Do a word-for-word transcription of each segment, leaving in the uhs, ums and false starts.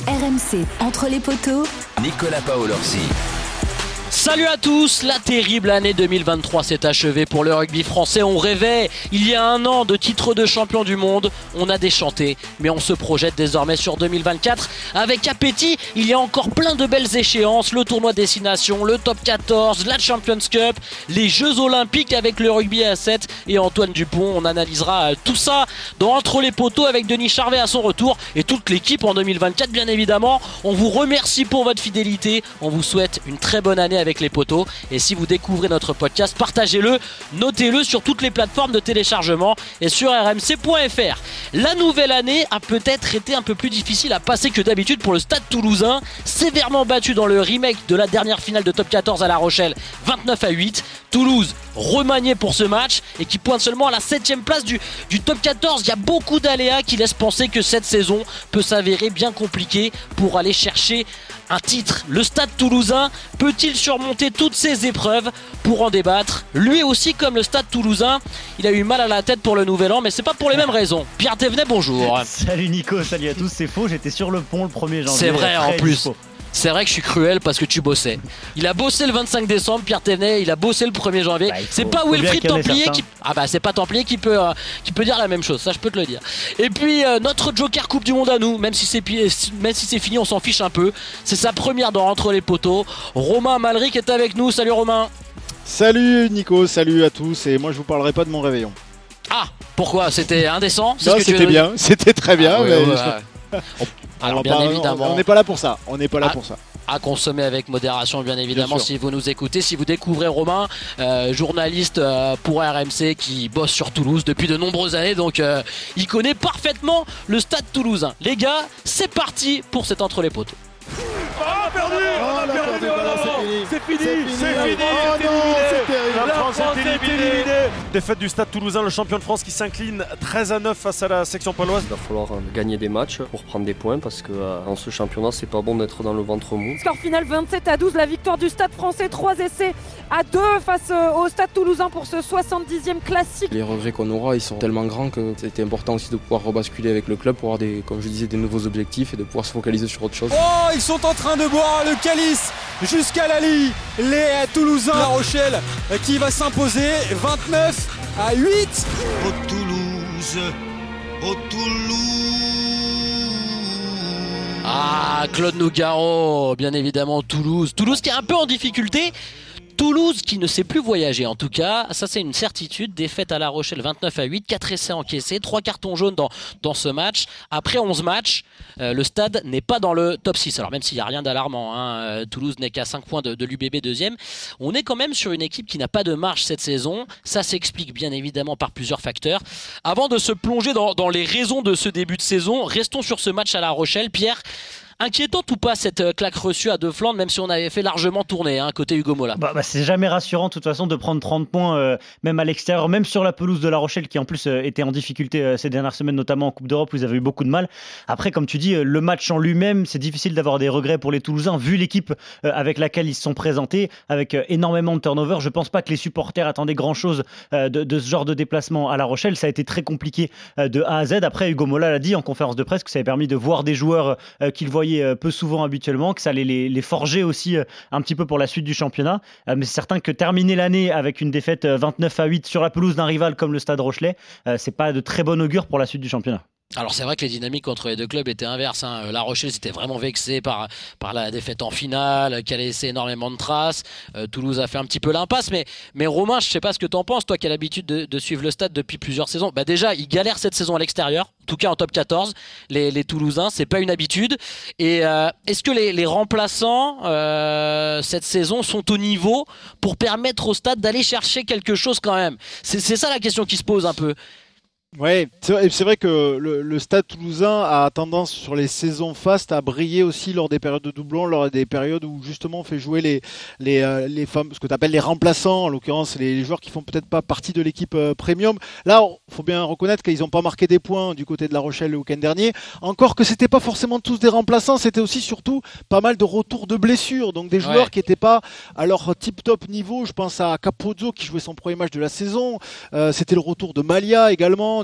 R M C, entre les poteaux, Nicolas Paolorsi. Salut à tous, la terrible année deux mille vingt-trois s'est achevée pour le rugby français. On rêvait, il y a un an, de titre de champion du monde. On a déchanté, mais on se projette désormais sur deux mille vingt-quatre. Avec appétit, il y a encore plein de belles échéances. Le tournoi Destination, le top quatorze, la Champions Cup, les Jeux Olympiques avec le rugby à sept et Antoine Dupont. On analysera tout ça dans Entre les poteaux avec Denis Charvet à son retour et toute l'équipe en deux mille vingt-quatre, bien évidemment. On vous remercie pour votre fidélité. On vous souhaite une très bonne année avec les poteaux, et si vous découvrez notre podcast, partagez-le, notez-le sur toutes les plateformes de téléchargement et sur r m c point f r. La nouvelle année a peut-être été un peu plus difficile à passer que d'habitude pour le Stade Toulousain, sévèrement battu dans le remake de la dernière finale de top quatorze à La Rochelle, vingt-neuf à huit. Toulouse remanié pour ce match et qui pointe seulement à la septième place du, du top quatorze. Il y a beaucoup d'aléas qui laissent penser que cette saison peut s'avérer bien compliquée pour aller chercher un titre. Le Stade Toulousain peut-il surmonter toutes ces épreuves? Pour en débattre, lui aussi comme le Stade Toulousain, il a eu mal à la tête pour le nouvel an, mais c'est pas pour les mêmes raisons. Pierre Thévenet, bonjour. Salut Nico, salut à tous, c'est faux, j'étais sur le pont le premier janvier. C'est vrai en plus. Dispo. C'est vrai que je suis cruel parce que tu bossais. Il a bossé le vingt-cinq décembre, Pierre Thévenet, il a bossé le premier janvier. Bah, c'est faut, pas Wilfried Templier qui... Ah bah c'est pas Templier qui peut, euh, qui peut dire la même chose, ça je peux te le dire. Et puis euh, notre Joker Coupe du Monde à nous, même si c'est, même si c'est fini, on s'en fiche un peu. C'est sa première dans Entre les poteaux. Romain Malric est avec nous, salut Romain. Salut Nico, salut à tous, et moi je vous parlerai pas de mon réveillon. Ah, pourquoi? C'était indécent? Non, c'était bien, c'était très bien. Ah, ouais, mais... ouais, ouais. Alors bien pas, évidemment, on n'est pas là pour ça. On n'est pas là ah, pour ça. À consommer avec modération, bien évidemment. Bien si vous nous écoutez, si vous découvrez Romain, euh, journaliste euh, pour R M C qui bosse sur Toulouse depuis de nombreuses années, donc euh, il connaît parfaitement le Stade Toulousain. Les gars, c'est parti pour cet Entre les poteaux. Ah, perdu, oh, on a perdu, perdu, oh, non, c'est fini, c'est fini, c'est fini, oh, c'est non, c'est terrible. La France est éliminée. Défaite du Stade Toulousain, le champion de France qui s'incline treize à neuf face à la section paloise. Il va falloir gagner des matchs pour prendre des points parce que euh, dans ce championnat c'est pas bon d'être dans le ventre mou. Score final vingt-sept à douze, la victoire du Stade français, trois essais à deux face au Stade Toulousain pour ce soixante-dixième classique. Les regrets qu'on aura, ils sont tellement grands que c'était important aussi de pouvoir rebasculer avec le club pour avoir des, comme je disais, des nouveaux objectifs et de pouvoir se focaliser sur autre chose. Oh, ils sont en train de boire le calice jusqu'à la lie. Les Toulousains, La Rochelle qui va s'imposer vingt-neuf à huit. Au Toulouse, au Toulouse. Ah, Claude Nougaro, bien évidemment Toulouse. Toulouse qui est un peu en difficulté. Toulouse qui ne sait plus voyager, en tout cas, ça c'est une certitude. Défaite à La Rochelle vingt-neuf à huit, quatre essais encaissés, trois cartons jaunes dans, dans ce match. Après onze matchs, euh, le Stade n'est pas dans le top six. Alors même s'il n'y a rien d'alarmant, hein, euh, Toulouse n'est qu'à cinq points de, de l'U B B deuxième. On est quand même sur une équipe qui n'a pas de marge cette saison. Ça s'explique bien évidemment par plusieurs facteurs. Avant de se plonger dans, dans les raisons de ce début de saison, restons sur ce match à La Rochelle. Pierre, inquiétante ou pas cette claque reçue à deux Flandres, même si on avait fait largement tourner hein, côté Hugo Mola? Bah, bah, c'est jamais rassurant de toute façon de prendre trente points, euh, même à l'extérieur, même sur la pelouse de La Rochelle qui en plus euh, était en difficulté euh, ces dernières semaines, notamment en Coupe d'Europe où ils avaient eu beaucoup de mal. Après, comme tu dis, euh, le match en lui-même, c'est difficile d'avoir des regrets pour les Toulousains, vu l'équipe euh, avec laquelle ils se sont présentés, avec euh, énormément de turnover. Je pense pas que les supporters attendaient grand-chose euh, de, de ce genre de déplacement à La Rochelle. Ça a été très compliqué euh, de A à Z. Après, Hugo Mola l'a dit en conférence de presse que ça avait permis de voir des joueurs euh, qu'il voyait euh, peu souvent habituellement, que ça allait les, les forger aussi euh, un petit peu pour la suite du championnat. Euh, mais c'est certain que terminer l'année avec une défaite euh, vingt-neuf à huit sur la pelouse d'un rival comme le Stade Rochelais, euh, c'est pas de très bon augure pour la suite du championnat. Alors c'est vrai que les dynamiques entre les deux clubs étaient inverses. Hein. La Rochelle s'était vraiment vexée par, par la défaite en finale, qui a laissé énormément de traces. Euh, Toulouse a fait un petit peu l'impasse. Mais, mais Romain, je ne sais pas ce que tu en penses, toi qui as l'habitude de, de suivre le Stade depuis plusieurs saisons. Bah déjà, ils galèrent cette saison à l'extérieur, en tout cas en top quatorze. Les, les Toulousains, c'est pas une habitude. Et euh, est-ce que les, les remplaçants euh, cette saison sont au niveau pour permettre au Stade d'aller chercher quelque chose quand même? C'est, c'est ça la question qui se pose un peu. Ouais, c'est vrai, c'est vrai que le, le Stade Toulousain a tendance sur les saisons fastes à briller aussi lors des périodes de doublons, lors des périodes où justement on fait jouer les les euh, les femmes, ce que tu appelles les remplaçants, en l'occurrence les, les joueurs qui font peut-être pas partie de l'équipe euh, premium. Là, il faut bien reconnaître qu'ils n'ont pas marqué des points du côté de La Rochelle le week-end dernier. Encore que c'était pas forcément tous des remplaçants, c'était aussi surtout pas mal de retours de blessures, donc des joueurs ouais. qui n'étaient pas à leur tip-top niveau. Je pense à Capozzo qui jouait son premier match de la saison. Euh, c'était le retour de Malia également.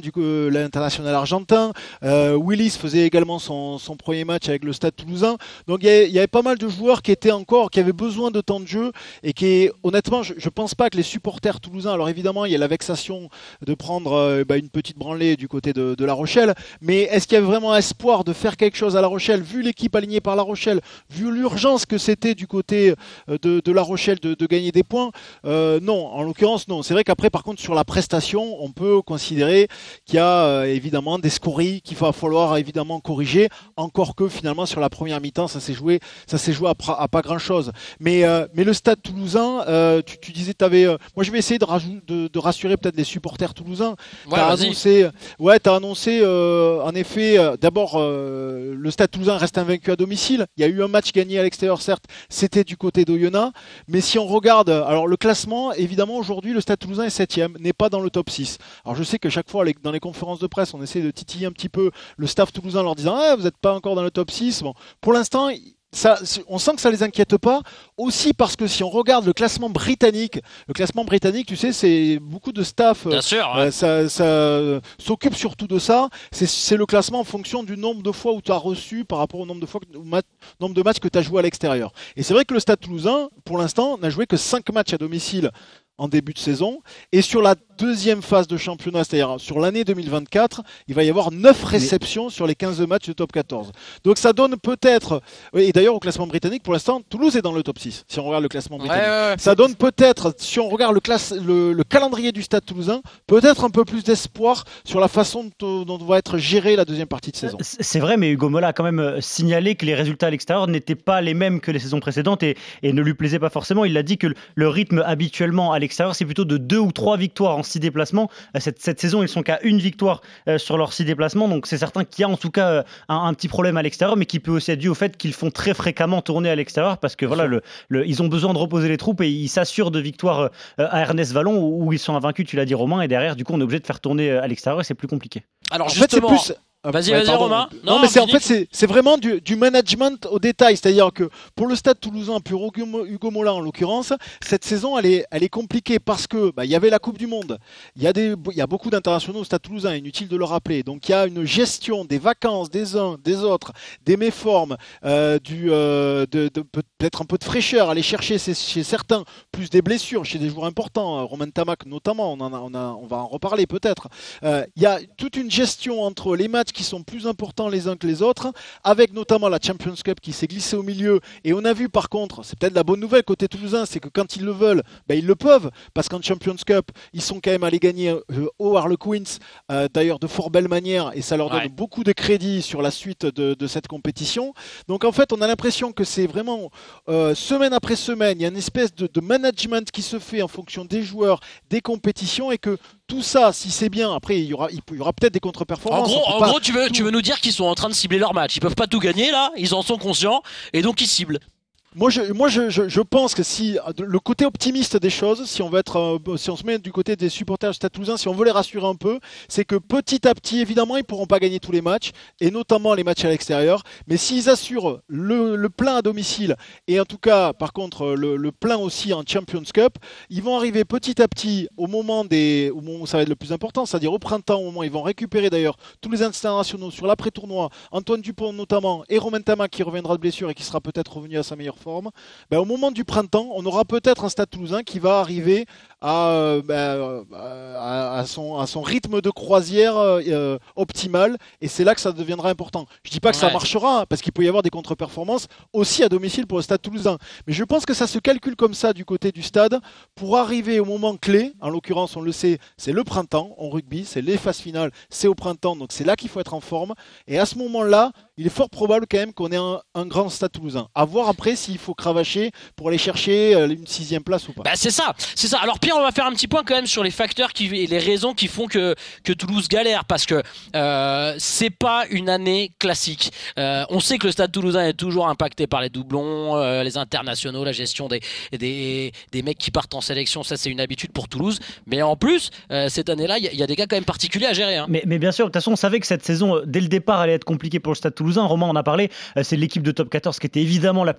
du coup, l'international argentin. Euh, Willis faisait également son, son premier match avec le Stade Toulousain. Donc il y, y avait pas mal de joueurs qui étaient encore, qui avaient besoin de temps de jeu et qui, honnêtement, je, je pense pas que les supporters toulousains. Alors évidemment, il y a la vexation de prendre euh, bah, une petite branlée du côté de, de La Rochelle. Mais est-ce qu'il y avait vraiment espoir de faire quelque chose à La Rochelle, vu l'équipe alignée par La Rochelle, vu l'urgence que c'était du côté de, de La Rochelle de, de gagner des points? euh, Non, en l'occurrence, non. C'est vrai qu'après, par contre, sur la prestation, on peut considérer qu'il y a euh, évidemment des scories qu'il va falloir évidemment corriger. Encore que finalement, sur la première mi-temps, ça s'est joué, ça s'est joué à, à pas grand-chose. Mais, euh, mais le Stade Toulousain, euh, tu, tu disais, t'avais, euh, moi je vais essayer de, rajou- de, de rassurer peut-être les supporters toulousains. Ouais, t'as vas-y. annoncé, ouais, t'as annoncé euh, en effet, euh, d'abord euh, le Stade Toulousain reste invaincu à domicile. Il y a eu un match gagné à l'extérieur, certes, c'était du côté d'Oyonnax. Mais si on regarde, alors le classement, évidemment aujourd'hui le Stade Toulousain est septième, n'est pas dans le top six. Alors je sais que chaque fois les, dans les conférences de presse, on essaie de titiller un petit peu le staff toulousain en leur disant ah, vous n'êtes pas encore dans le top six. Bon, pour l'instant, ça, on sent que ça les inquiète pas. Aussi parce que si on regarde le classement britannique, le classement britannique, tu sais, c'est beaucoup de staff. Bien sûr, ouais. euh, ça, ça euh, s'occupe surtout de ça. C'est, c'est le classement en fonction du nombre de fois où tu as reçu par rapport au nombre de fois, que, au mat, nombre de matchs que tu as joué à l'extérieur. Et c'est vrai que le Stade Toulousain, pour l'instant, n'a joué que cinq matchs à domicile en début de saison. Et sur la deuxième phase de championnat, c'est-à-dire sur l'année deux mille vingt-quatre, il va y avoir neuf réceptions sur les quinze matchs de top quatorze. Donc ça donne peut-être, et d'ailleurs au classement britannique, pour l'instant, Toulouse est dans le top six, si on regarde le classement britannique. Ouais, ouais, ouais. Ça donne peut-être, si on regarde le, classe, le, le calendrier du Stade Toulousain, peut-être un peu plus d'espoir sur la façon dont, dont va être gérée la deuxième partie de saison. C'est vrai, mais Hugo Mola a quand même signalé que les résultats à l'extérieur n'étaient pas les mêmes que les saisons précédentes et, et ne lui plaisaient pas forcément. Il a dit que le, le rythme habituellement à l'extérieur, c'est plutôt de deux ou trois victoires en six déplacements. Cette, cette saison, ils sont qu'à une victoire euh, sur leurs six déplacements. Donc c'est certain qu'il y a en tout cas euh, un, un petit problème à l'extérieur, mais qui peut aussi être dû au fait qu'ils font très fréquemment tourner à l'extérieur parce que voilà, le, le, ils ont besoin de reposer les troupes et ils s'assurent de victoires euh, à Ernest Vallon où, où ils sont invaincus, tu l'as dit Romain, et derrière, du coup, on est obligé de faire tourner à l'extérieur et c'est plus compliqué. Alors en justement... fait, c'est plus... Vas-y, ouais, vas-y, pardon. Romain. Non, Non, mais c'est en Philippe. fait c'est, c'est vraiment du, du management au détail, c'est-à-dire que pour le Stade Toulousain, pour Hugo, Hugo Mola en l'occurrence, cette saison elle est, elle est compliquée parce que bah, il y avait la Coupe du Monde, il y a des, il y a beaucoup d'internationaux au Stade Toulousain, inutile de le rappeler, donc il y a une gestion des vacances des uns, des autres, des méformes, euh, du, euh, de, de, peut-être un peu de fraîcheur, aller chercher chez, chez certains plus des blessures, chez des joueurs importants, Romain Tamac notamment, on en a, on a, on va en reparler peut-être. Euh, il y a toute une gestion entre les matchs qui sont plus importants les uns que les autres, avec notamment la Champions Cup qui s'est glissée au milieu. Et on a vu par contre, c'est peut-être la bonne nouvelle côté toulousain, c'est que quand ils le veulent, ben, ils le peuvent, parce qu'en Champions Cup, ils sont quand même allés gagner euh, au Harlequins, euh, d'ailleurs de fort belle manière, et ça leur donne Ouais. beaucoup de crédit sur la suite de, de cette compétition. Donc en fait, on a l'impression que c'est vraiment euh, semaine après semaine, il y a une espèce de, de management qui se fait en fonction des joueurs, des compétitions, et que tout ça, si c'est bien, après il y aura, il y aura peut-être des En contre-performances. gros, on peut en pas gros tu, veux, tout- tu veux nous dire qu'ils sont en train de cibler leur match. Ils peuvent pas tout gagner là, ils en sont conscients et donc ils ciblent. Moi, je, moi je, je, je pense que si le côté optimiste des choses, si on veut être, euh, si on se met du côté des supporters du Stade Toulousain, si on veut les rassurer un peu, c'est que petit à petit, évidemment, ils pourront pas gagner tous les matchs, et notamment les matchs à l'extérieur. Mais s'ils assurent le, le plein à domicile, et en tout cas, par contre, le, le plein aussi en Champions Cup, ils vont arriver petit à petit au moment des, au moment où ça va être le plus important, c'est-à-dire au printemps, au moment où ils vont récupérer d'ailleurs tous les internationaux sur l'après-tournoi, Antoine Dupont notamment, et Romain Tamac qui reviendra de blessure et qui sera peut-être revenu à sa meilleure forme. Ben, au moment du printemps, on aura peut-être un Stade Toulousain qui va arriver à, euh, ben, à, à, son, à son rythme de croisière euh, optimal, et c'est là que ça deviendra important. Je dis pas que Ouais. ça marchera, hein, parce qu'il peut y avoir des contre-performances aussi à domicile pour le Stade Toulousain, mais je pense que ça se calcule comme ça du côté du stade pour arriver au moment clé. En l'occurrence, on le sait, c'est le printemps en rugby, c'est les phases finales, c'est au printemps, donc c'est là qu'il faut être en forme, et à ce moment-là, il est fort probable quand même qu'on ait un, un grand Stade Toulousain. À voir après s'il faut cravacher pour aller chercher euh, une sixième place ou pas. Bah c'est ça, c'est ça. Alors Pierre, on va faire un petit point quand même sur les facteurs qui, et les raisons qui font que, que Toulouse galère, parce que euh, c'est pas une année classique. Euh, on sait que le Stade Toulousain est toujours impacté par les doublons, euh, les internationaux, la gestion des, des, des mecs qui partent en sélection, ça c'est une habitude pour Toulouse. Mais en plus, euh, cette année-là, il y, y a des cas quand même particuliers à gérer. Hein. Mais, mais bien sûr, de toute façon, on savait que cette saison, dès le départ, allait être compliquée pour le Stade Toulousain. Romain en a parlé, euh, c'est l'équipe de top quatorze qui était évidemment la plus impactée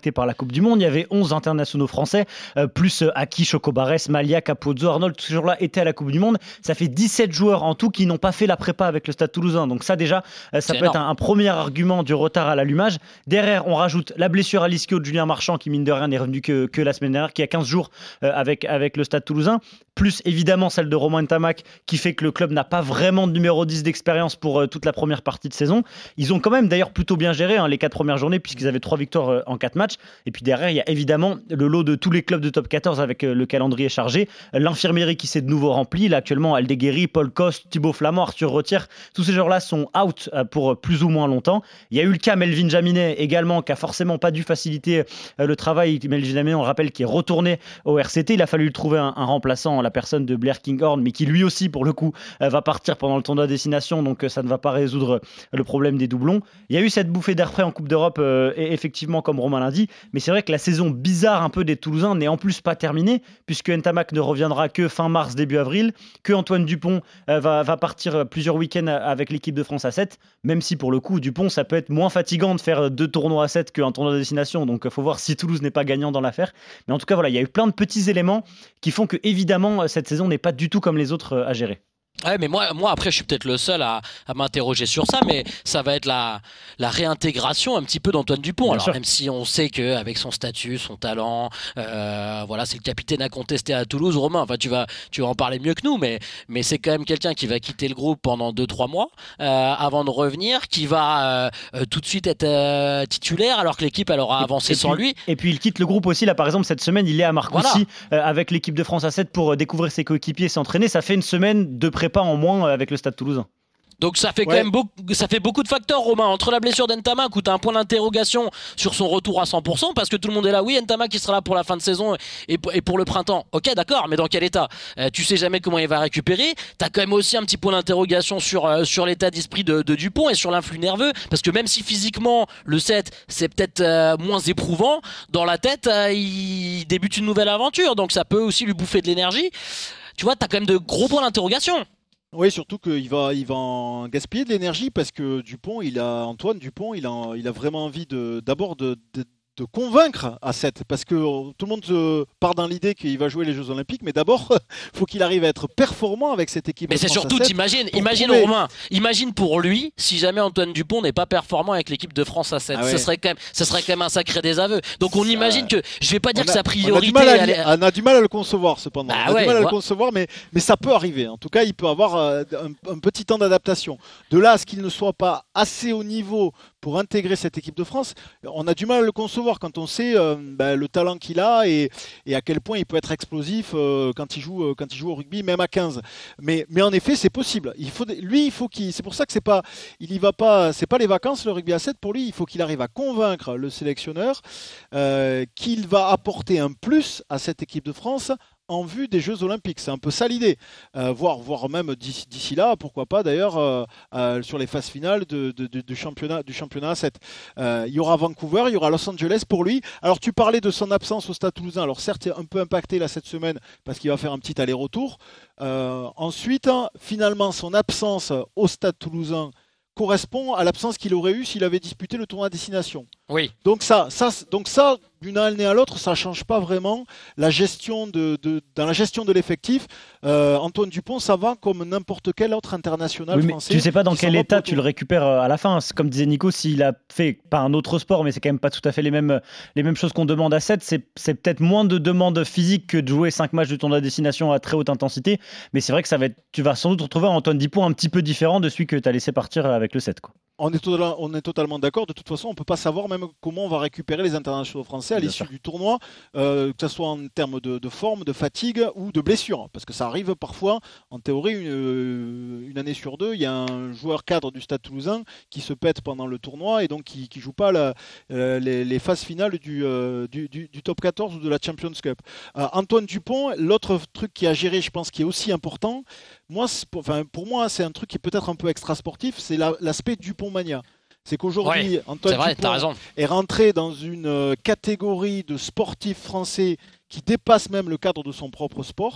impacté par la Coupe du Monde. Il y avait onze internationaux français, euh, plus euh, Aki, Chocobares, Malia, Capozzo, Arnold, tous ces joueurs-là étaient à la Coupe du Monde. Ça fait dix-sept joueurs en tout qui n'ont pas fait la prépa avec le Stade Toulousain. Donc ça déjà, euh, ça C'est peut énorme. être un, un premier argument du retard à l'allumage. Derrière, on rajoute la blessure à l'ischio de Julien Marchand qui, mine de rien, n'est revenu que, que la semaine dernière, qui a quinze jours euh, avec, avec le Stade Toulousain. Plus évidemment celle de Romain Ntamak qui fait que le club n'a pas vraiment de numéro dix d'expérience pour euh, toute la première partie de saison. Ils ont quand même d'ailleurs plutôt bien géré hein, les quatre premières journées puisqu'ils avaient trois victoires euh, en quatre matchs. Et puis derrière, il y a évidemment le lot de tous les clubs de top quatorze avec euh, le calendrier chargé. L'infirmerie qui s'est de nouveau remplie. Là actuellement, Aldeguerri, Paul Coste, Thibaut Flamand, Arthur Retière, tous ces joueurs-là sont out euh, pour euh, plus ou moins longtemps. Il y a eu le cas Melvin Jaminet également qui a forcément pas dû faciliter euh, le travail. Melvin Jaminet, on rappelle, qui est retourné au R C T. Il a fallu trouver un, un remplaçant, la personne de Blair Kinghorn, mais qui lui aussi, pour le coup, euh, va partir pendant le tournoi à destination, donc euh, ça ne va pas résoudre le problème des doublons. Il y a eu cette bouffée d'air frais en Coupe d'Europe, euh, et effectivement, comme Romain l'a dit, mais c'est vrai que la saison bizarre un peu des Toulousains n'est en plus pas terminée, puisque Ntamak ne reviendra que fin mars, début avril, que Antoine Dupont euh, va, va partir plusieurs week-ends avec l'équipe de France à sept, même si pour le coup, Dupont, ça peut être moins fatigant de faire deux tournois à sept qu'un tournoi à destination, donc il faut voir si Toulouse n'est pas gagnant dans l'affaire. Mais en tout cas, voilà, il y a eu plein de petits éléments qui font que, évidemment, cette saison n'est pas du tout comme les autres à gérer. Ouais, mais moi, moi après, je suis peut-être le seul à, à m'interroger sur ça, mais ça va être la, la réintégration un petit peu d'Antoine Dupont. Bien Alors, sûr. même si on sait qu'avec son statut, son talent, euh, voilà, c'est le capitaine incontesté à Toulouse, Romain. Enfin, tu vas, tu vas en parler mieux que nous, mais, mais c'est quand même quelqu'un qui va quitter le groupe pendant deux trois mois euh, avant de revenir, qui va euh, euh, tout de suite être euh, titulaire, alors que l'équipe elle aura avancé et sans puis, lui. Et puis il quitte le groupe aussi. Là, par exemple, cette semaine, il est à Marcoussis Voilà. euh, avec l'équipe de France à sept pour euh, découvrir ses coéquipiers et s'entraîner. Ça fait une semaine de prépa en moins euh, avec le Stade Toulousain. Donc ça fait quand Ouais. même beaucoup, ça fait beaucoup de facteurs, Romain, entre la blessure d'Ntamak où tu as un point d'interrogation sur son retour à cent pour cent parce que tout le monde est là, oui, Ntamak qui sera là pour la fin de saison et, et pour le printemps. Ok, d'accord, mais dans quel état euh, Tu sais jamais comment il va récupérer. Tu as quand même aussi un petit point d'interrogation sur, euh, sur l'état d'esprit de, de Dupont et sur l'influx nerveux parce que même si physiquement le sept c'est peut-être euh, moins éprouvant, dans la tête euh, il débute une nouvelle aventure, donc ça peut aussi lui bouffer de l'énergie. Tu vois, tu as quand même de gros points d'interrogation. Oui, surtout qu'il va, il va en gaspiller de l'énergie parce que Dupont, il a, Antoine Dupont, il a, il a vraiment envie de, d'abord de, de, de convaincre à sept parce que euh, tout le monde euh, part dans l'idée qu'il va jouer les Jeux Olympiques, mais d'abord, il faut qu'il arrive à être performant avec cette équipe. Mais de c'est France surtout, à sept t'imagines, pour imagine prouver- Romain, imagine pour lui, si jamais Antoine Dupont n'est pas performant avec l'équipe de France à sept, Ah ouais. ce serait quand même, ce serait quand même un sacré désaveu. Donc on Ça- imagine que, je vais pas dire On que a- sa on a, du priorité, mal à, elle est- on a du mal à le concevoir cependant. Bah on a ouais, du mal à ouais. le concevoir, mais, mais ça peut arriver. En tout cas, il peut avoir euh, un, un petit temps d'adaptation. De là à ce qu'il ne soit pas assez haut niveau pour intégrer cette équipe de France, on a du mal à le concevoir quand on sait euh, bah, le talent qu'il a et, et à quel point il peut être explosif euh, quand il joue euh, quand il joue au rugby, même à quinze. Mais, mais en effet, c'est possible. Il faut, lui, il faut qu'il. C'est pour ça que c'est pas, il y va pas. C'est pas les vacances le rugby à sept pour lui. Il faut qu'il arrive à convaincre le sélectionneur euh, qu'il va apporter un plus à cette équipe de France en vue des Jeux Olympiques. C'est un peu ça l'idée. Euh, voire, voire même d'ici, d'ici là, pourquoi pas d'ailleurs, euh, euh, sur les phases finales de, de, de, du, championnat, du championnat à sept. Euh, il y aura Vancouver, il y aura Los Angeles pour lui. Alors tu parlais de son absence au Stade Toulousain. Alors certes, il est un peu impacté là cette semaine parce qu'il va faire un petit aller-retour. Euh, ensuite, hein, finalement, son absence au Stade Toulousain correspond à l'absence qu'il aurait eu s'il avait disputé le tournoi à destination. Oui. Donc ça, ça, donc ça, d'une année à l'autre, ça change pas vraiment la gestion de, de dans la gestion de l'effectif. Euh, Antoine Dupont, ça va comme n'importe quel autre international Oui, mais français. tu sais pas dans qui s'en quel va état pour tu le récupères euh, à la fin. C'est comme disait Nico, s'il a fait pas un autre sport, mais c'est quand même pas tout à fait les mêmes, les mêmes choses qu'on demande à sept. C'est, c'est peut-être moins de demandes physiques que de jouer cinq matchs de tournoi à destination à très haute intensité. Mais c'est vrai que ça va être, tu vas sans doute retrouver un Antoine Dupont un petit peu différent de celui que tu as laissé partir avec le sept, quoi. On est, totalement, on est totalement d'accord. De toute façon, on ne peut pas savoir même comment on va récupérer les internationaux français à Bien l'issue sûr. du tournoi, euh, que ce soit en termes de, de forme, de fatigue ou de blessure. Parce que ça arrive parfois, en théorie, une, une année sur deux, il y a un joueur cadre du Stade Toulousain qui se pète pendant le tournoi et donc qui ne joue pas la, euh, les, les phases finales du, euh, du, du, du top quatorze ou de la Champions Cup. Euh, Antoine Dupont, l'autre truc qui a géré, je pense, qui est aussi important, moi, pour, enfin, pour moi, c'est un truc qui est peut-être un peu extra sportif, c'est la, l'aspect Dupont-mania. C'est qu'aujourd'hui, Ouais, Antoine c'est vrai, t'as Dupont raison. est rentré dans une euh, catégorie de sportifs français qui dépasse même le cadre de son propre sport.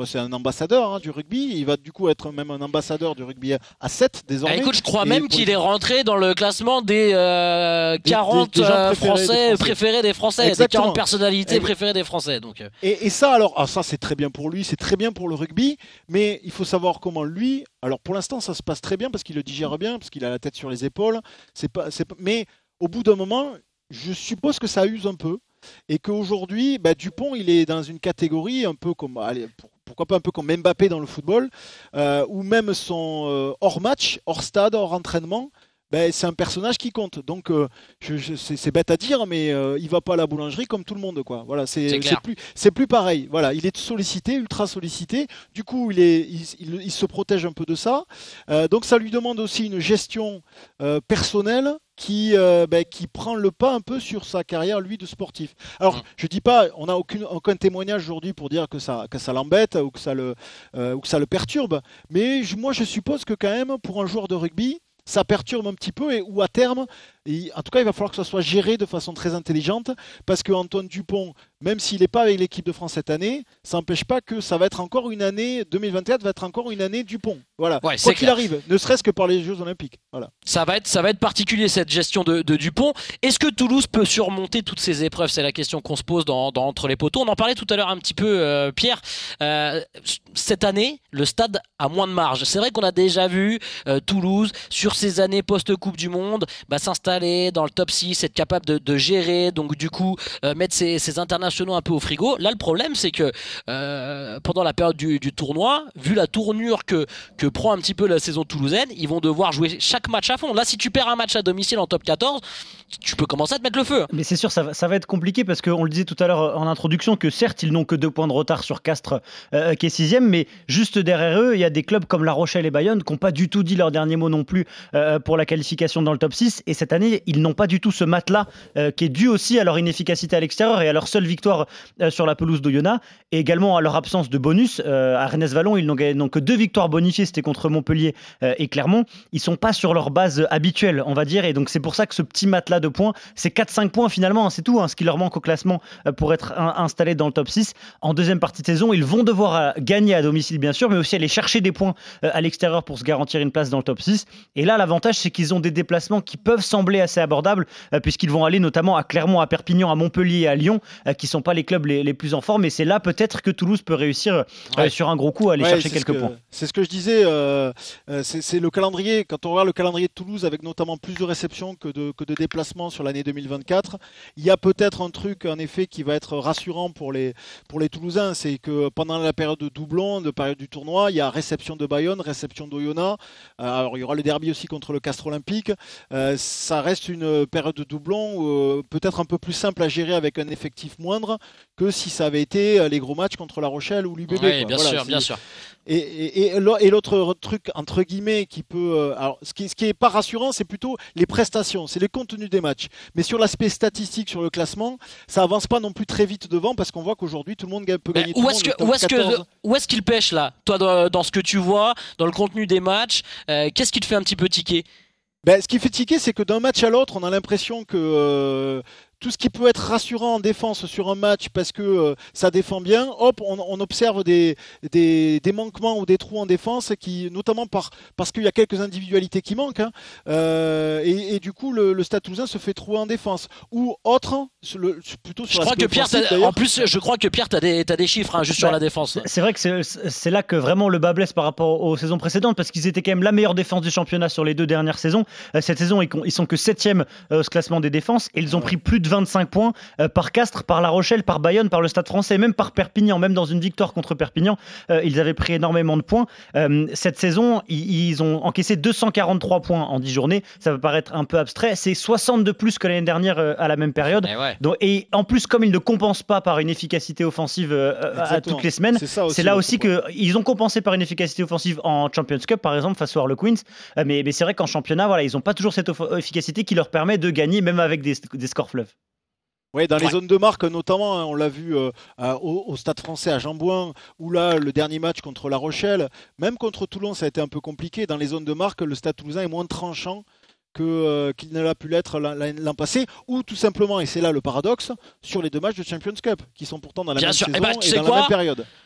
Bon, c'est un ambassadeur hein, du rugby. Il va du coup être même un ambassadeur du rugby à sept désormais. Ah, écoute, je crois Et même qu'il les... est rentré dans le classement des euh, quarante des, des, des préférés Français, des Français préférés des Français, Exactement. des quarante personnalités et... préférées des Français. Donc. Et, et ça, alors, ah, ça c'est très bien pour lui, c'est très bien pour le rugby, mais il faut savoir comment lui. Alors pour l'instant, ça se passe très bien parce qu'il le digère bien, parce qu'il a la tête sur les épaules. C'est pas, c'est pas... Mais au bout d'un moment, je suppose que ça use un peu. Et qu'aujourd'hui, bah, Dupont, il est dans une catégorie un peu comme, allez, pourquoi pas un peu comme Mbappé dans le football, euh, ou même son euh, hors match, hors stade, hors entraînement, bah, c'est un personnage qui compte. Donc, euh, je, je, c'est, c'est bête à dire, mais euh, il va pas à la boulangerie comme tout le monde, quoi. Voilà, c'est, c'est, c'est plus, c'est plus pareil. Voilà, il est sollicité, ultra sollicité. Du coup, il est, il, il, il se protège un peu de ça. Euh, donc, ça lui demande aussi une gestion euh, personnelle. Qui, euh, ben, qui prend le pas un peu sur sa carrière, lui, de sportif. Alors, mmh. je dis pas, on n'a aucune, aucun témoignage aujourd'hui pour dire que ça, que ça l'embête ou que ça le, euh, ou que ça le perturbe, mais je, moi, je suppose que quand même, pour un joueur de rugby, ça perturbe un petit peu et ou à terme, et en tout cas, il va falloir que ça soit géré de façon très intelligente parce que Antoine Dupont, même s'il n'est pas avec l'équipe de France cette année, ça n'empêche pas que ça va être encore une année, deux mille vingt-quatre va être encore une année Dupont. Voilà, ouais, quoi qu'il arrive, ne serait-ce que par les Jeux Olympiques. Voilà. Ça va être, ça va être particulier cette gestion de, de Dupont. Est-ce que Toulouse peut surmonter toutes ces épreuves ? C'est la question qu'on se pose dans, dans Entre les poteaux. On en parlait tout à l'heure un petit peu, euh, Pierre. Euh, cette année, le stade a moins de marge. C'est vrai qu'on a déjà vu euh, Toulouse, sur ces années post-Coupe du Monde, bah, s'installer dans le top six, être capable de, de gérer, donc du coup euh, mettre ses, ses internationaux un peu au frigo. Là, le problème, c'est que euh, pendant la période du, du tournoi, vu la tournure que, que prend un petit peu la saison toulousaine, ils vont devoir jouer chaque match à fond. Là, si tu perds un match à domicile en top quatorze, tu peux commencer à te mettre le feu. Mais c'est sûr, ça va, ça va être compliqué parce qu'on le disait tout à l'heure en introduction que certes, ils n'ont que deux points de retard sur Castres euh, qui est sixième, mais juste derrière eux, il y a des clubs comme La Rochelle et Bayonne qui n'ont pas du tout dit leur dernier mot non plus euh, pour la qualification dans le top six. Et cette année, ils n'ont pas du tout ce matelas euh, qui est dû aussi à leur inefficacité à l'extérieur et à leur seule victoire euh, sur la pelouse d'Oyonnax et également à leur absence de bonus. Euh, à Rennes-Vallon, ils n'ont gagné donc que deux victoires bonifiées, c'était contre Montpellier euh, et Clermont. Ils sont pas sur leur base habituelle, on va dire, et donc c'est pour ça que ce petit matelas de points, c'est quatre cinq points finalement, hein, c'est tout, hein, ce qui leur manque au classement euh, pour être un, installé dans le top six. En deuxième partie de saison, ils vont devoir euh, gagner à domicile bien sûr, mais aussi aller chercher des points euh, à l'extérieur pour se garantir une place dans le top six. Et là, l'avantage, c'est qu'ils ont des déplacements qui peuvent sembler assez abordables, euh, puisqu'ils vont aller notamment à Clermont, à Perpignan, à Montpellier et à Lyon, euh, qui ne sont pas les clubs les, les plus en forme. Et c'est là peut-être que Toulouse peut réussir euh, ouais. sur un gros coup à aller ouais, chercher quelques que, points. C'est ce que je disais, euh, c'est, c'est le calendrier. Quand on regarde le calendrier de Toulouse, avec notamment plus de réceptions que de, que de déplacements sur l'année deux mille vingt-quatre, il y a peut-être un truc en effet qui va être rassurant pour les, pour les Toulousains, c'est que pendant la période de doublon, de période du tournoi, il y a réception de Bayonne, réception d'Oyonnax. Alors il y aura le derby aussi contre le Castres Olympique. Euh, ça reste une période de doublon euh, peut-être un peu plus simple à gérer avec un effectif moindre que si ça avait été les gros matchs contre La Rochelle ou l'U B B. Oui, bien voilà, sûr, bien sûr. Et, et, et l'autre truc entre guillemets qui peut, alors ce qui, ce qui est pas rassurant, c'est plutôt les prestations, c'est les contenus des matchs. Mais sur l'aspect statistique, sur le classement, ça avance pas non plus très vite devant parce qu'on voit qu'aujourd'hui tout le monde peut gagner. Où est-ce que, où est-ce que, où est-ce qu'il pêche là, toi, dans, dans ce que tu vois, dans le contenu des matchs, euh, qu'est-ce qui te fait un petit peu tiquer? Ben, ce qui fait tiquer, c'est que d'un match à l'autre, on a l'impression que euh, tout ce qui peut être rassurant en défense sur un match parce que euh, ça défend bien, hop, on, on observe des, des, des manquements ou des trous en défense, qui, notamment par, parce qu'il y a quelques individualités qui manquent. Hein, euh, et, et du coup, le, le Stade Toulousain se fait trouer en défense. Ou autre, le, plutôt sur je crois que Pierre, en plus, je crois que Pierre, tu as des, t'as des chiffres hein, juste bah, sur la défense. C'est vrai que c'est, c'est là que vraiment le bas blesse par rapport aux saisons précédentes, parce qu'ils étaient quand même la meilleure défense du championnat sur les deux dernières saisons. Cette saison, ils sont que septième au classement des défenses et ils ont pris plus de vingt-cinq points par Castres, par La Rochelle, par Bayonne, par le Stade Français, même par Perpignan. Même dans une victoire contre Perpignan, ils avaient pris énormément de points. Cette saison, ils ont encaissé deux cent quarante-trois points en dix journées. Ça peut paraître un peu abstrait. C'est soixante de plus que l'année dernière à la même période. Et, ouais. Donc, et en plus, comme ils ne compensent pas par une efficacité offensive à toutes les semaines, c'est, c'est là aussi qu'ils ont compensé par une efficacité offensive en Champions Cup, par exemple, face aux Harlequins. Mais, mais c'est vrai qu'en championnat, voilà, ils n'ont pas toujours cette efficacité qui leur permet de gagner même avec des, des scores fleuves. Oui, dans les ouais. zones de marque notamment, hein, on l'a vu euh, au, au Stade Français à Jambouin, où là, le dernier match contre La Rochelle, même contre Toulon, ça a été un peu compliqué. Dans les zones de marque, le Stade Toulousain est moins tranchant que, euh, qu'il ne l'a pu l'être l'an passé, ou tout simplement, et c'est là le paradoxe, sur les deux matchs de Champions Cup, qui sont pourtant dans la Bien même sûr. saison et, ben, et dans quoi la même période.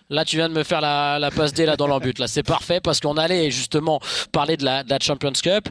Là, tu viens de me faire la, la passe D là dans l'embut. Là, c'est parfait parce qu'on allait justement parler de la, de la Champions Cup.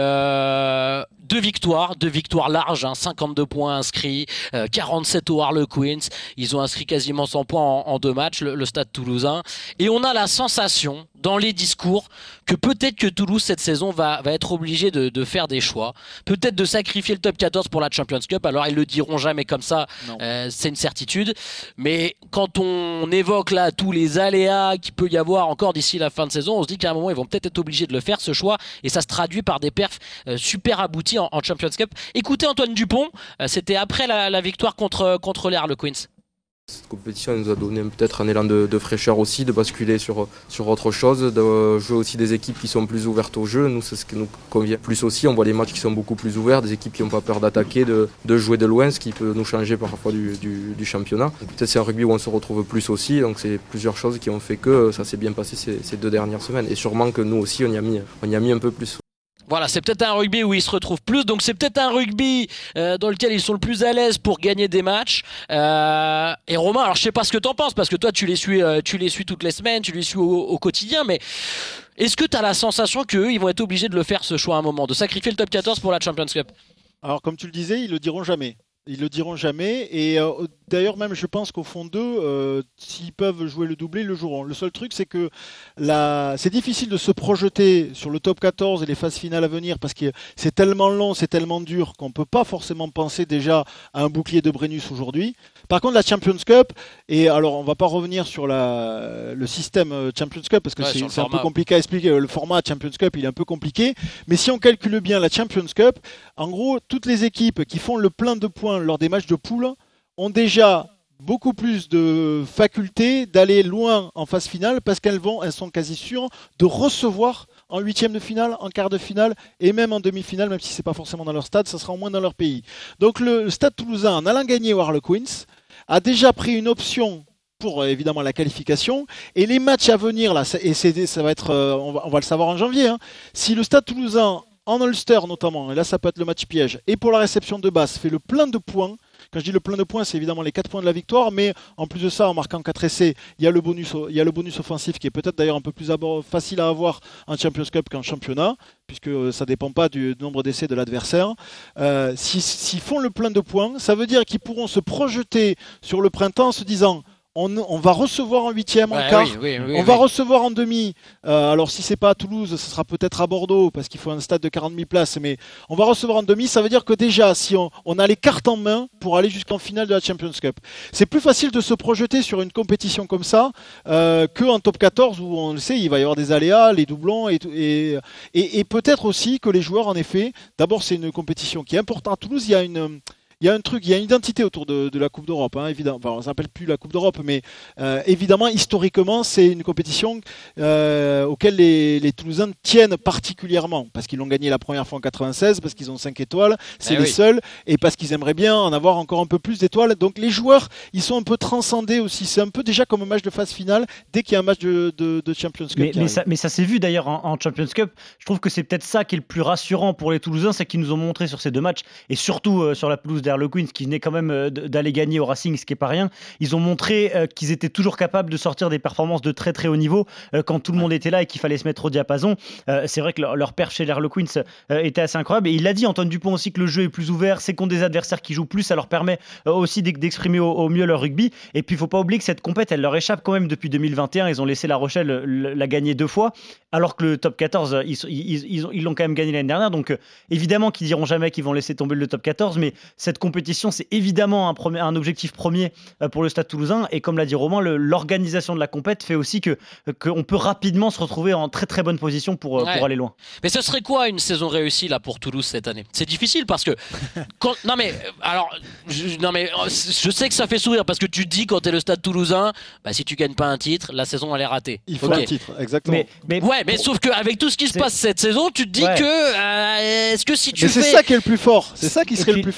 Euh, deux victoires, deux victoires larges, hein, cinquante-deux points inscrits, euh, quarante-sept au Harlequins. Ils ont inscrit quasiment cent points en, en deux matchs, le, le Stade Toulousain. Et on a la sensation, dans les discours, que peut-être que Toulouse cette saison va, va être obligé de, de faire des choix, peut-être de sacrifier le top quatorze pour la Champions Cup. Alors ils le diront jamais comme ça, euh, c'est une certitude. Mais quand on évoque là tous les aléas qu'il peut y avoir encore d'ici la fin de saison, on se dit qu'à un moment ils vont peut-être être obligés de le faire ce choix, et ça se traduit par des perfs euh, super aboutis en, en Champions Cup. Écoutez Antoine Dupont, euh, c'était après la, la victoire contre, contre les Harlequins. Cette compétition nous a donné peut-être un élan de, de fraîcheur aussi, de basculer sur, sur autre chose, de jouer aussi des équipes qui sont plus ouvertes au jeu. Nous, c'est ce qui nous convient plus aussi. On voit des matchs qui sont beaucoup plus ouverts, des équipes qui n'ont pas peur d'attaquer, de, de jouer de loin, ce qui peut nous changer parfois du, du, du championnat. Peut-être c'est un rugby où on se retrouve plus aussi, donc c'est plusieurs choses qui ont fait que ça s'est bien passé ces, ces deux dernières semaines. Et sûrement que nous aussi, on y a mis, on y a mis un peu plus. Voilà, c'est peut-être un rugby où ils se retrouvent plus, donc c'est peut-être un rugby euh, dans lequel ils sont le plus à l'aise pour gagner des matchs. Euh, et Romain, alors je sais pas ce que t'en penses, parce que toi tu les suis, euh, tu les suis toutes les semaines, tu les suis au, au quotidien, mais est-ce que tu as la sensation qu'eux, ils vont être obligés de le faire ce choix à un moment, de sacrifier le top quatorze pour la Champions Cup? Alors comme tu le disais, ils le diront jamais. Ils le diront jamais, et euh, d'ailleurs même je pense qu'au fond d'eux, euh, s'ils peuvent jouer le doublé, ils le joueront. Le seul truc c'est que la... c'est difficile de se projeter sur le top quatorze et les phases finales à venir, parce que c'est tellement long, c'est tellement dur qu'on ne peut pas forcément penser déjà à un bouclier de Brennus aujourd'hui. Par contre la Champions Cup, et alors on va pas revenir sur la... le système Champions Cup, parce que ouais, c'est, c'est un peu compliqué à expliquer, le format Champions Cup il est un peu compliqué, mais si on calcule bien la Champions Cup, en gros toutes les équipes qui font le plein de points lors des matchs de poule ont déjà beaucoup plus de facultés d'aller loin en phase finale, parce qu'elles vont, elles sont quasi sûres de recevoir en huitième de finale, en quart de finale et même en demi-finale, même si c'est pas forcément dans leur stade, ça sera au moins dans leur pays. Donc le Stade Toulousain, en allant gagner au Harlequins, a déjà pris une option pour évidemment la qualification, et les matchs à venir là, et c'est, ça va être, on va, on va le savoir en janvier, hein, si le Stade Toulousain en Ulster notamment, et là ça peut être le match piège, et pour la réception de Basse, fait le plein de points. Quand je dis le plein de points, c'est évidemment les quatre points de la victoire, mais en plus de ça, en marquant quatre essais, il y a le bonus, il y a le bonus offensif qui est peut-être d'ailleurs un peu plus facile à avoir en Champions Cup qu'en championnat, puisque ça ne dépend pas du nombre d'essais de l'adversaire. Euh, s'ils, s'ils font le plein de points, ça veut dire qu'ils pourront se projeter sur le printemps en se disant... On, on va recevoir en huitième, en ouais, quart, oui, oui, oui, on oui. va recevoir en demi. Euh, alors si c'est pas à Toulouse, ce sera peut-être à Bordeaux, parce qu'il faut un stade de quarante mille places, mais on va recevoir en demi. Ça veut dire que déjà, si on, on a les cartes en main pour aller jusqu'en finale de la Champions Cup, c'est plus facile de se projeter sur une compétition comme ça euh, qu'en top quatorze, où on le sait, il va y avoir des aléas, les doublons, et, et, et, et peut-être aussi que les joueurs, en effet, d'abord c'est une compétition qui est importante. À Toulouse, il y a une... Il y a un truc, il y a une identité autour de, de la Coupe d'Europe, hein, évidemment. Enfin, on ne s'appelle plus la Coupe d'Europe, mais euh, évidemment, historiquement, c'est une compétition euh, auquel les, les Toulousains tiennent particulièrement, parce qu'ils l'ont gagné la première fois en quatre-vingt-seize, parce qu'ils ont cinq étoiles, c'est eh les oui. seuls, et parce qu'ils aimeraient bien en avoir encore un peu plus d'étoiles. Donc les joueurs, ils sont un peu transcendés aussi. C'est un peu déjà comme un match de phase finale, dès qu'il y a un match de, de, de Champions Cup. Mais, mais, ça, mais ça s'est vu d'ailleurs en, en Champions Cup. Je trouve que c'est peut-être ça qui est le plus rassurant pour les Toulousains, c'est qu'ils nous ont montré sur ces deux matchs, et surtout euh, sur la pelouse Harlequins, qui venait quand même d'aller gagner au Racing, ce qui n'est pas rien. Ils ont montré euh, qu'ils étaient toujours capables de sortir des performances de très très haut niveau euh, quand tout le monde était là et qu'il fallait se mettre au diapason. Euh, c'est vrai que leur, leur perf chez les Harlequins euh, était assez incroyable. Et il l'a dit, Antoine Dupont aussi, que le jeu est plus ouvert, c'est contre des adversaires qui jouent plus, ça leur permet euh, aussi d'exprimer au, au mieux leur rugby. Et puis il ne faut pas oublier que cette compète, elle leur échappe quand même depuis deux mille vingt et un. Ils ont laissé La Rochelle la gagner deux fois, alors que le top quatorze, ils, ils, ils, ils l'ont quand même gagné l'année dernière. Donc euh, évidemment qu'ils diront jamais qu'ils vont laisser tomber le top quatorze, mais cette compétition, c'est évidemment un, premier, un objectif premier pour le Stade Toulousain. Et comme l'a dit Romain, le, l'organisation de la compète fait aussi que qu'on peut rapidement se retrouver en très très bonne position pour, ouais. pour aller loin. Mais ce serait quoi une saison réussie là pour Toulouse cette année? C'est difficile parce que quand, non mais alors je, non mais je sais que ça fait sourire parce que tu dis quand t'es le Stade Toulousain, bah si tu gagnes pas un titre, la saison elle est ratée. Il faut okay. un titre, exactement. Mais, mais ouais, mais pour... sauf qu'avec tout ce qui se c'est... passe cette saison, tu te dis ouais. que euh, est-ce que si tu mais fais, c'est ça qui est le plus fort. C'est ça qui serait puis, le plus fort. Non mais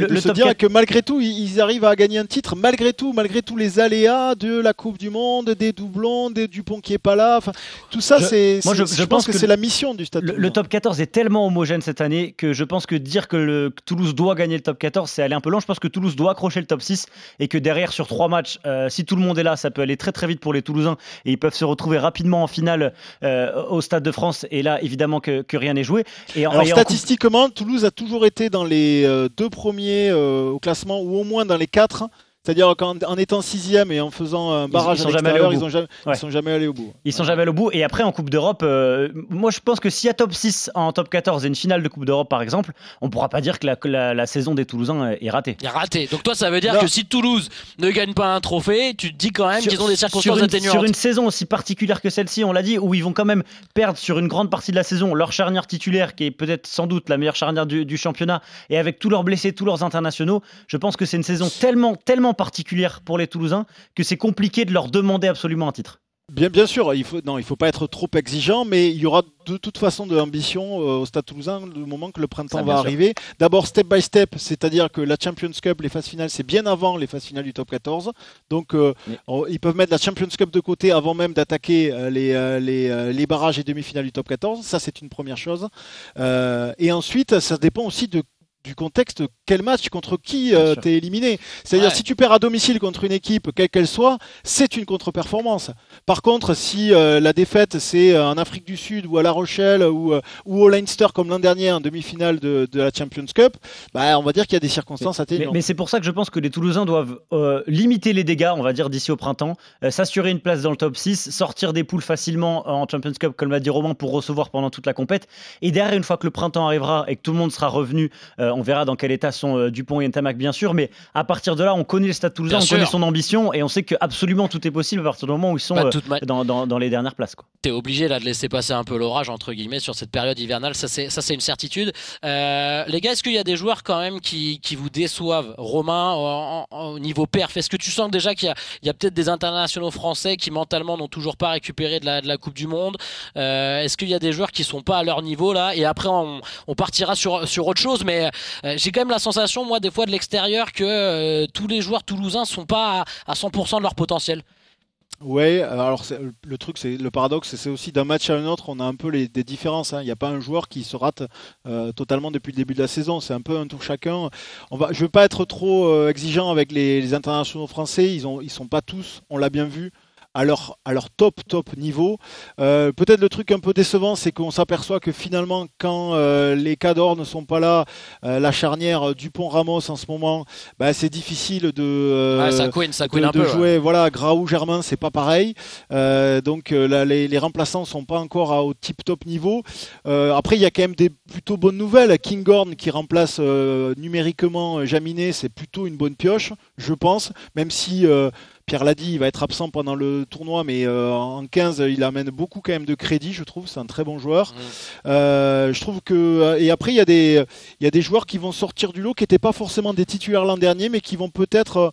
le, de le se dire quatre... que malgré tout, ils arrivent à gagner un titre, malgré tout, malgré tous les aléas de la Coupe du Monde, des doublons, des Dupont qui est pas là. Enfin, tout ça, je, c'est. Moi, je, je, je pense, pense que, que c'est la mission du Stade. Le, le top quatorze est tellement homogène cette année que je pense que dire que, le, que Toulouse doit gagner le top quatorze, c'est aller un peu loin. Je pense que Toulouse doit accrocher le top six et que derrière, sur trois matchs, euh, si tout le monde est là, ça peut aller très très vite pour les Toulousains et ils peuvent se retrouver rapidement en finale euh, au Stade de France. Et là, évidemment, que, que rien n'est joué. Et en, Alors, et statistiquement, coupe... Toulouse a toujours été dans les euh, deux premiers euh, au classement ou au moins dans les quatre. C'est-à-dire qu'en en étant sixième et en faisant un barrage ils, ils à l'extérieur, ils sont jamais, ouais. ils sont jamais allés au bout. Ils sont jamais allés au bout. Et après, en Coupe d'Europe, euh, moi je pense que s'il y a top six en top quatorze et une finale de Coupe d'Europe par exemple, on ne pourra pas dire que la, la, la saison des Toulousains est ratée. Est ratée. Donc toi, ça veut dire non. que si Toulouse ne gagne pas un trophée, tu te dis quand même sur, qu'ils ont des circonstances sur une, atténuantes. Sur une saison aussi particulière que celle-ci, on l'a dit, où ils vont quand même perdre sur une grande partie de la saison leur charnière titulaire, qui est peut-être sans doute la meilleure charnière du, du championnat, et avec tous leurs blessés, tous leurs internationaux, je pense que c'est une saison tellement, tellement particulière pour les Toulousains que c'est compliqué de leur demander absolument un titre. Bien, bien sûr, il faut non, il faut pas être trop exigeant, mais il y aura de toute façon de l'ambition euh, au Stade Toulousain le moment que le printemps Ça, va arriver. Sûr. D'abord step by step, c'est-à-dire que la Champions Cup, les phases finales, c'est bien avant les phases finales du top quatorze. Donc euh, oui. on, ils peuvent mettre la Champions Cup de côté avant même d'attaquer euh, les, euh, les, euh, les barrages et demi-finales du top quatorze. Ça, c'est une première chose. Euh, et ensuite, ça dépend aussi de du contexte, quel match, contre qui euh, t'es éliminé. C'est-à-dire, ouais. si tu perds à domicile contre une équipe, quelle qu'elle soit, c'est une contre-performance. Par contre, si euh, la défaite, c'est en Afrique du Sud ou à La Rochelle ou, euh, ou au Leinster, comme l'an dernier, en demi-finale de, de la Champions Cup, bah, on va dire qu'il y a des circonstances atténuantes. Mais, mais c'est pour ça que je pense que les Toulousains doivent euh, limiter les dégâts, on va dire, d'ici au printemps, euh, s'assurer une place dans le top six, sortir des poules facilement en Champions Cup, comme l'a dit Romain, pour recevoir pendant toute la compète. Et derrière, une fois que le printemps arrivera et que tout le monde sera revenu, euh, on verra dans quel état sont euh, Dupont et Ntamak, bien sûr, mais à partir de là, on connaît le Stade Toulousain, bien on sûr. connaît son ambition et on sait que absolument tout est possible à partir du moment où ils sont bah, euh, ma... dans, dans, dans les dernières places. T'es obligé là de laisser passer un peu l'orage entre guillemets sur cette période hivernale, ça c'est, ça, c'est une certitude. Euh, les gars, est-ce qu'il y a des joueurs quand même qui, qui vous déçoivent, Romain, au niveau perf? Est-ce que tu sens déjà qu'il y a, il y a peut-être des internationaux français qui mentalement n'ont toujours pas récupéré de la, de la Coupe du Monde? euh, Est-ce qu'il y a des joueurs qui sont pas à leur niveau là? Et après on, on partira sur, sur autre chose, mais euh, j'ai quand même la sensation, moi, des fois de l'extérieur, que euh, tous les joueurs toulousains sont pas à, à cent pour cent de leur potentiel. Ouais, alors c'est, le truc, c'est le paradoxe, c'est aussi d'un match à un autre, on a un peu les, des différences. Il hein. n'y a pas un joueur qui se rate euh, totalement depuis le début de la saison. C'est un peu un tour chacun. On va, je veux pas être trop euh, exigeant avec les, les internationaux français. Ils ont, ils sont pas tous, on l'a bien vu, à leur, à leur top top niveau. Euh, peut-être le truc un peu décevant, c'est qu'on s'aperçoit que finalement, quand euh, les cadors ne sont pas là, euh, la charnière Dupont-Ramos en ce moment, bah, c'est difficile de, euh, ouais, ça couine, ça couine de, un de peu, jouer. Ouais. Voilà, Graou-Germain, c'est pas pareil. Euh, donc euh, là, les, les remplaçants sont pas encore à, au tip top niveau. Euh, après, il y a quand même des plutôt bonnes nouvelles. Kinghorn qui remplace euh, numériquement Jaminet, c'est plutôt une bonne pioche, je pense, même si euh, Pierre l'a dit, il va être absent pendant le tournoi, mais euh, en quinze, il amène beaucoup quand même de crédit, je trouve. C'est un très bon joueur. Mmh. Euh, je trouve que et après il y a des il y a des joueurs qui vont sortir du lot, qui n'étaient pas forcément des titulaires l'an dernier, mais qui vont peut-être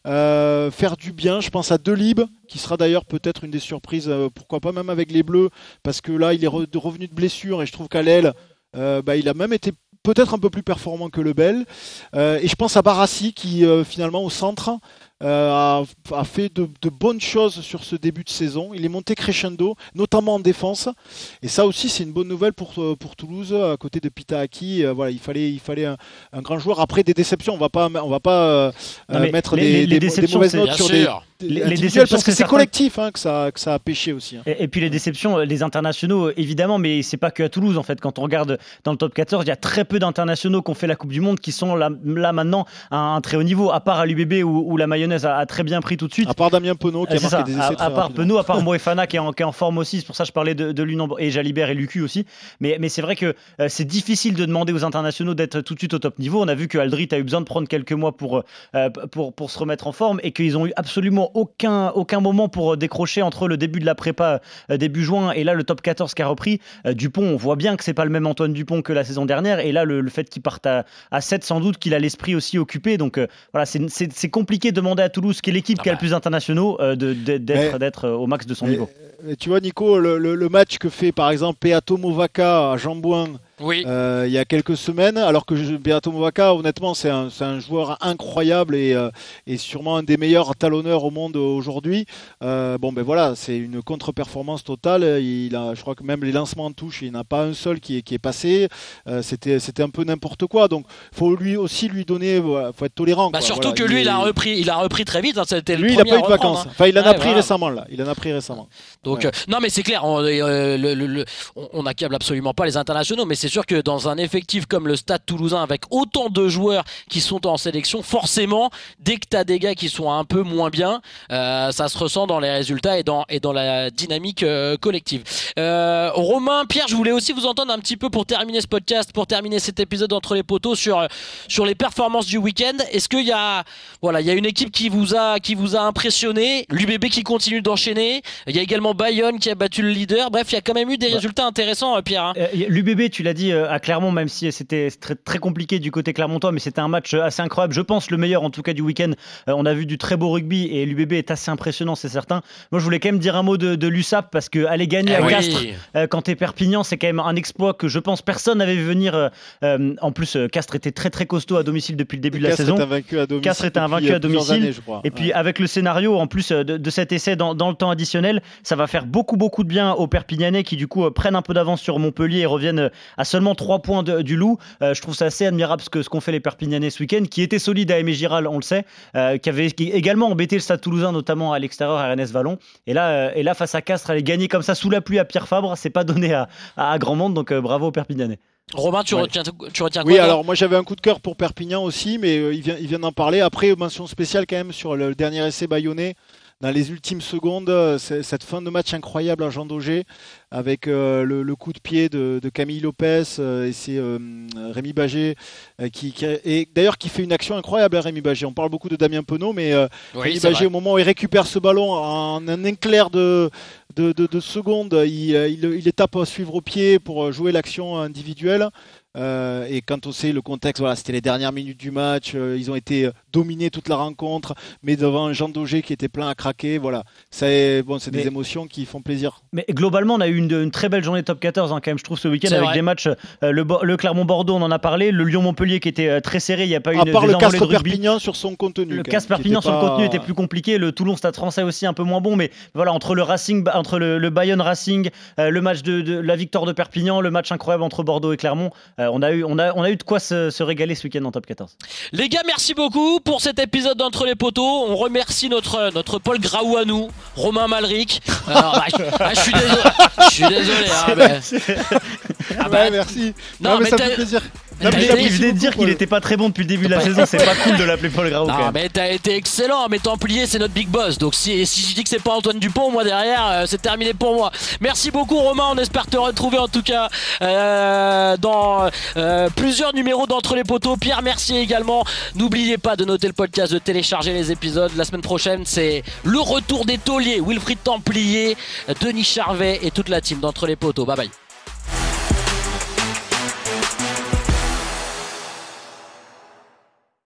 euh, faire du bien. Je pense à Delibes, qui sera d'ailleurs peut-être une des surprises. Euh, pourquoi pas même avec les Bleus, parce que là il est re- revenu de blessure et je trouve qu'à l'aile, euh, bah, il a même été peut-être un peu plus performant que Lebel. Euh, et je pense à Barassi qui euh, finalement au centre. Euh, a, a fait de, de bonnes choses sur ce début de saison. Il est monté crescendo, notamment en défense. Et ça aussi, c'est une bonne nouvelle pour, pour Toulouse, à côté de Pitaaki. Euh, voilà, il fallait, il fallait un, un grand joueur. Après, des déceptions, on va pas, on va pas euh, non, mettre les, des, les, des, les des mauvaises notes sur des, les, les déceptions, parce que c'est certains... collectif hein, que, ça, que ça a pêché aussi. Hein. Et, et puis les déceptions, les internationaux, évidemment, mais c'est pas que à Toulouse en fait. Quand on regarde dans le top quatorze, il y a très peu d'internationaux qui ont fait la Coupe du Monde qui sont là, là maintenant à un très haut niveau, à part à l'U B B où, où la mayonnaise a, a très bien pris tout de suite. À part Damien Penaud qui a marqué ça. des essais à, très à part rapidement. Penaud, à part Moefana qui est, en, qui est en forme aussi, c'est pour ça que je parlais de, de Lunan et Jalibert et Lucu aussi. Mais, mais c'est vrai que euh, c'est difficile de demander aux internationaux d'être tout de suite au top niveau. On a vu que Aldrit a eu besoin de prendre quelques mois pour, euh, pour, pour se remettre en forme et qu'ils ont eu absolument aucun, aucun moment pour décrocher entre le début de la prépa euh, début juin et là le top quatorze qui a repris. Euh, Dupont, on voit bien que c'est pas le même Antoine Dupont que la saison dernière et là le, le fait qu'il parte à, à sept, sans doute qu'il a l'esprit aussi occupé. Donc euh, voilà, c'est, c'est, c'est compliqué de demander à Toulouse, qui est l'équipe ah qui a bah. le plus internationaux, euh, de, de, d'être, mais, d'être au max de son mais, niveau. Mais tu vois Nico, le, le, le match que fait par exemple Peato Movaca à Jambouin Oui. Euh, il y a quelques semaines, alors que je, Beato Movaca, honnêtement, c'est un, c'est un joueur incroyable et, euh, et sûrement un des meilleurs talonneurs au monde aujourd'hui. Euh, bon, ben voilà, c'est une contre-performance totale. Il a, je crois que même les lancements en touche, il n'y en a pas un seul qui est, qui est passé. Euh, c'était, c'était un peu n'importe quoi. Donc, faut lui aussi lui donner, voilà, faut être tolérant. Bah quoi. surtout Voilà, que il lui, est... il a repris, il a repris très vite. Hein, c'était lui, le il n'a premier pas eu de à reprendre, vacances. hein. Enfin, il en a Ouais, pris voilà. récemment là. Il en a pris récemment. Donc, ouais. euh, non, mais c'est clair. On, euh, le, le, le, on n'accable absolument pas les internationaux, mais c'est sûr que dans un effectif comme le Stade Toulousain, avec autant de joueurs qui sont en sélection, forcément, dès que tu as des gars qui sont un peu moins bien, euh, ça se ressent dans les résultats et dans, et dans la dynamique euh, collective. Euh, Romain, Pierre, je voulais aussi vous entendre un petit peu pour terminer ce podcast, pour terminer cet épisode entre les poteaux sur, sur les performances du week-end. Est-ce qu'il y a, voilà, il y a une équipe qui vous a, qui vous a impressionné, l'U B B qui continue d'enchaîner, il y a également Bayonne qui a battu le leader. Bref, il y a quand même eu des résultats intéressants, Pierre. Hein. Euh, L'U B B, tu l'as dit, euh, à Clermont, même si c'était très, très compliqué du côté clermontois, mais c'était un match assez incroyable. Je pense le meilleur en tout cas du week-end. Euh, on a vu du très beau rugby et l'U B B est assez impressionnant, c'est certain. Moi, je voulais quand même dire un mot de, de l'U S A P parce qu'aller gagner Eh à oui. Castres euh, quand t'es Perpignan, c'est quand même un exploit que je pense personne n'avait vu venir. Euh, euh, en plus, euh, Castres était très très costaud à domicile depuis le début de la Castres saison. est invaincu à domicile. Castres était depuis, invaincu euh, à plusieurs domicile. années, je crois. Et puis Ouais. avec le scénario en plus de, de cet essai dans, dans le temps additionnel, ça va faire beaucoup beaucoup de bien aux Perpignanais qui du coup euh, prennent un peu d'avance sur Montpellier et reviennent euh, à seulement trois points de, du Loup. Euh, je trouve ça assez admirable ce que ce qu'ont fait les Perpignanais ce week-end, qui étaient solides à Aimé Giral, on le sait, euh, qui avait qui également embêté le Stade Toulousain, notamment à l'extérieur à Ernest Vallon. Et là, euh, et là face à Castres, aller gagner comme ça sous la pluie à Pierre Fabre, c'est pas donné à, à, à grand monde. Donc euh, bravo aux Perpignanais. Romain, tu, Ouais. retiens, tu retiens quoi Oui, toi alors moi j'avais un coup de cœur pour Perpignan aussi, mais euh, il vient, il vient d'en parler. Après, mention spéciale quand même sur le dernier essai bayonnais. Dans les ultimes secondes, euh, c'est- cette fin de match incroyable à Jean Daugé, avec euh, le, le coup de pied de, de Camille Lopez euh, et c'est euh, Rémi Bagé euh, qui, qui et d'ailleurs qui fait une action incroyable à Rémi Bagé. On parle beaucoup de Damien Penaud, mais euh, Oui, Rémi c'est Bagé vrai. au moment où il récupère ce ballon en un éclair de de, de, de secondes, il, il, il est tape à suivre au pied pour jouer l'action individuelle. Euh, et quand on sait le contexte, voilà, c'était les dernières minutes du match, euh, ils ont été dominés toute la rencontre, mais devant un Jean Daugé qui était plein à craquer, voilà. C'est bon, c'est des Mais- émotions qui font plaisir. Mais globalement, on a eu une, une très belle journée top quatorze hein, quand même, je trouve, ce week-end C'est avec vrai. des matchs. euh, le, Bo- le Clermont-Bordeaux, on en a parlé. Le Lyon-Montpellier qui était euh, très serré. Il n'y a pas eu À une part des le envolées Castres de rugby. Perpignan sur son contenu. Le quand casse même, qui Perpignan était sur le pas- contenu était plus compliqué. Le Toulon Stade Français aussi un peu moins bon. Mais voilà, entre le Racing, entre le, le Bayonne Racing, euh, le match de, de la victoire de Perpignan, le match incroyable entre Bordeaux et Clermont, euh, on a eu, on a, on a eu de quoi se, se régaler ce week-end en top quatorze. Les gars, merci beaucoup pour cet épisode d'Entre les poteaux. On remercie notre, notre Paul Graou à nous, Romain Malric. Alors, bah, je, ah, je suis désolé. Je suis désolé. Hein, mais- Ah bah, Ouais, merci. Non, Non, mais mais ça t'as- fait plaisir. mais Non, t'as mais été- Il j'apprécie venait de dire beaucoup, qu'il Paul. n'était pas très bon depuis le début de la Ouais. saison. C'est pas cool de l'appeler Paul Graou. quand Non, même. mais t'as été excellent, mais Templier, c'est notre big boss. Donc si, si je dis que c'est pas Antoine Dupont, moi derrière, euh, c'est terminé pour moi. Merci beaucoup, Romain. On espère te retrouver en tout cas euh, dans euh, plusieurs numéros d'Entre les poteaux. Pierre, merci également. N'oubliez pas de noter le podcast, de télécharger les épisodes. La semaine prochaine, c'est le retour des tauliers. Wilfried Templier, Denis Charvet et toute la team d'Entre les poteaux. Bye bye.